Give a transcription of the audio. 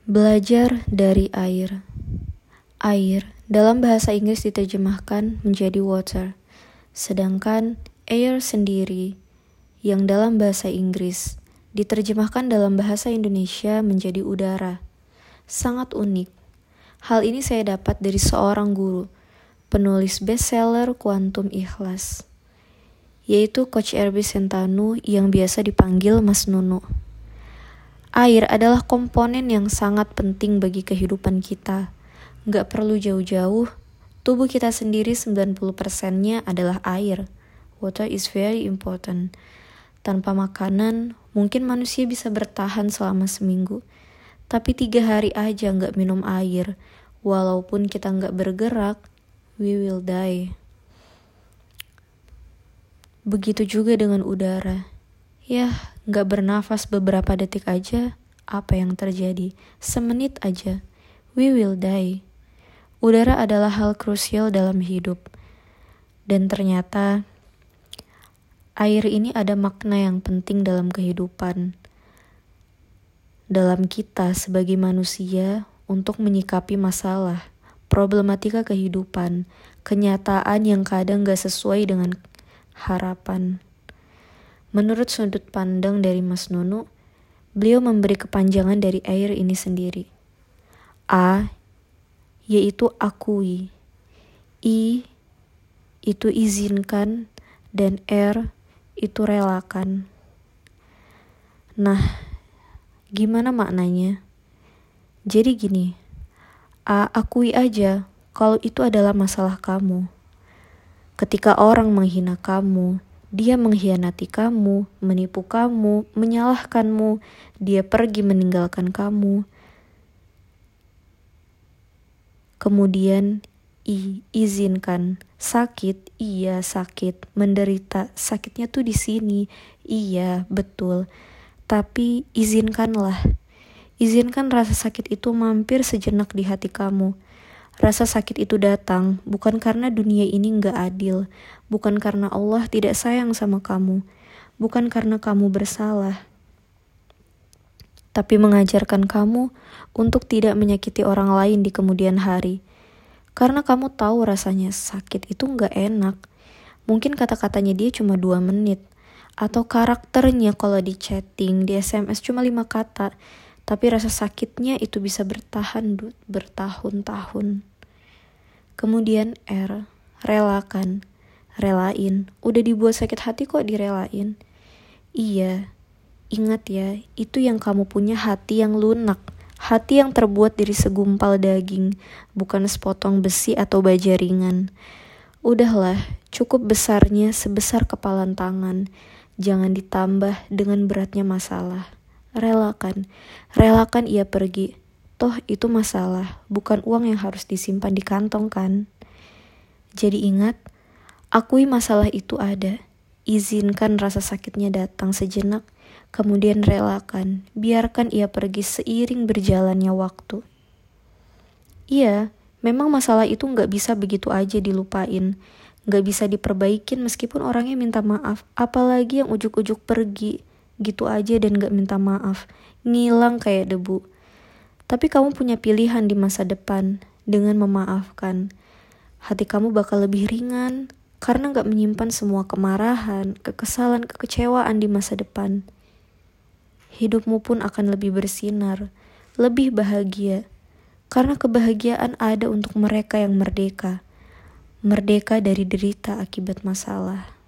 Belajar dari air. Air dalam bahasa Inggris diterjemahkan menjadi water, sedangkan air sendiri yang dalam bahasa Inggris diterjemahkan dalam bahasa Indonesia menjadi udara. Sangat unik. Hal ini saya dapat dari seorang guru, penulis bestseller Kuantum Ikhlas, yaitu Coach Erby Sentanu yang biasa dipanggil Mas Nunu. Air adalah komponen yang sangat penting bagi kehidupan kita. Nggak perlu jauh-jauh, tubuh kita sendiri 90%-nya adalah air. Water is very important. Tanpa makanan, mungkin manusia bisa bertahan selama seminggu. Tapi 3 hari aja nggak minum air, walaupun kita nggak bergerak, we will die. Begitu juga dengan udara. Nggak bernafas beberapa detik aja, apa yang terjadi? Semenit aja, we will die. Udara adalah hal krusial dalam hidup. Dan ternyata, air ini ada makna yang penting dalam kehidupan. Dalam kita sebagai manusia untuk menyikapi masalah, problematika kehidupan, kenyataan yang kadang gak sesuai dengan harapan. Menurut sudut pandang dari Mas Nunu, beliau memberi kepanjangan dari air ini sendiri. A, yaitu akui. I, itu izinkan. Dan R, itu relakan. Nah, gimana maknanya? Jadi gini, A, akui aja kalau itu adalah masalah kamu. Ketika orang menghina kamu, dia mengkhianati kamu, menipu kamu, menyalahkanmu, dia pergi meninggalkan kamu. Kemudian, izinkan. Sakit, iya sakit. Menderita, sakitnya tuh di sini. Iya, betul. Tapi izinkanlah. Izinkan rasa sakit itu mampir sejenak di hati kamu. Rasa sakit itu datang bukan karena dunia ini gak adil, bukan karena Allah tidak sayang sama kamu, bukan karena kamu bersalah, tapi mengajarkan kamu untuk tidak menyakiti orang lain di kemudian hari. Karena kamu tahu rasanya sakit itu gak enak. Mungkin kata-katanya dia cuma 2 menit, atau karakternya kalau di chatting, di SMS cuma 5 kata, tapi rasa sakitnya itu bisa bertahan bertahun-tahun. Kemudian R, relakan. Relain, udah dibuat sakit hati kok direlain. Iya, ingat ya, itu yang kamu punya hati yang lunak. Hati yang terbuat dari segumpal daging, bukan sepotong besi atau baja ringan. Udahlah, cukup besarnya sebesar kepalan tangan. Jangan ditambah dengan beratnya masalah. Relakan ia pergi. Toh itu masalah, bukan uang yang harus disimpan di kantong kan? Jadi ingat, akui masalah itu ada. Izinkan rasa sakitnya datang sejenak, kemudian relakan. Biarkan ia pergi seiring berjalannya waktu. Iya, memang masalah itu gak bisa begitu aja dilupain. Gak bisa diperbaikin meskipun orangnya minta maaf. Apalagi yang ujuk-ujuk pergi gitu aja dan gak minta maaf, ngilang kayak debu. Tapi kamu punya pilihan di masa depan dengan memaafkan. Hati kamu bakal lebih ringan karena gak menyimpan semua kemarahan, kekesalan, kekecewaan di masa depan. Hidupmu pun akan lebih bersinar, lebih bahagia, karena kebahagiaan ada untuk mereka yang merdeka. Merdeka dari derita akibat masalah.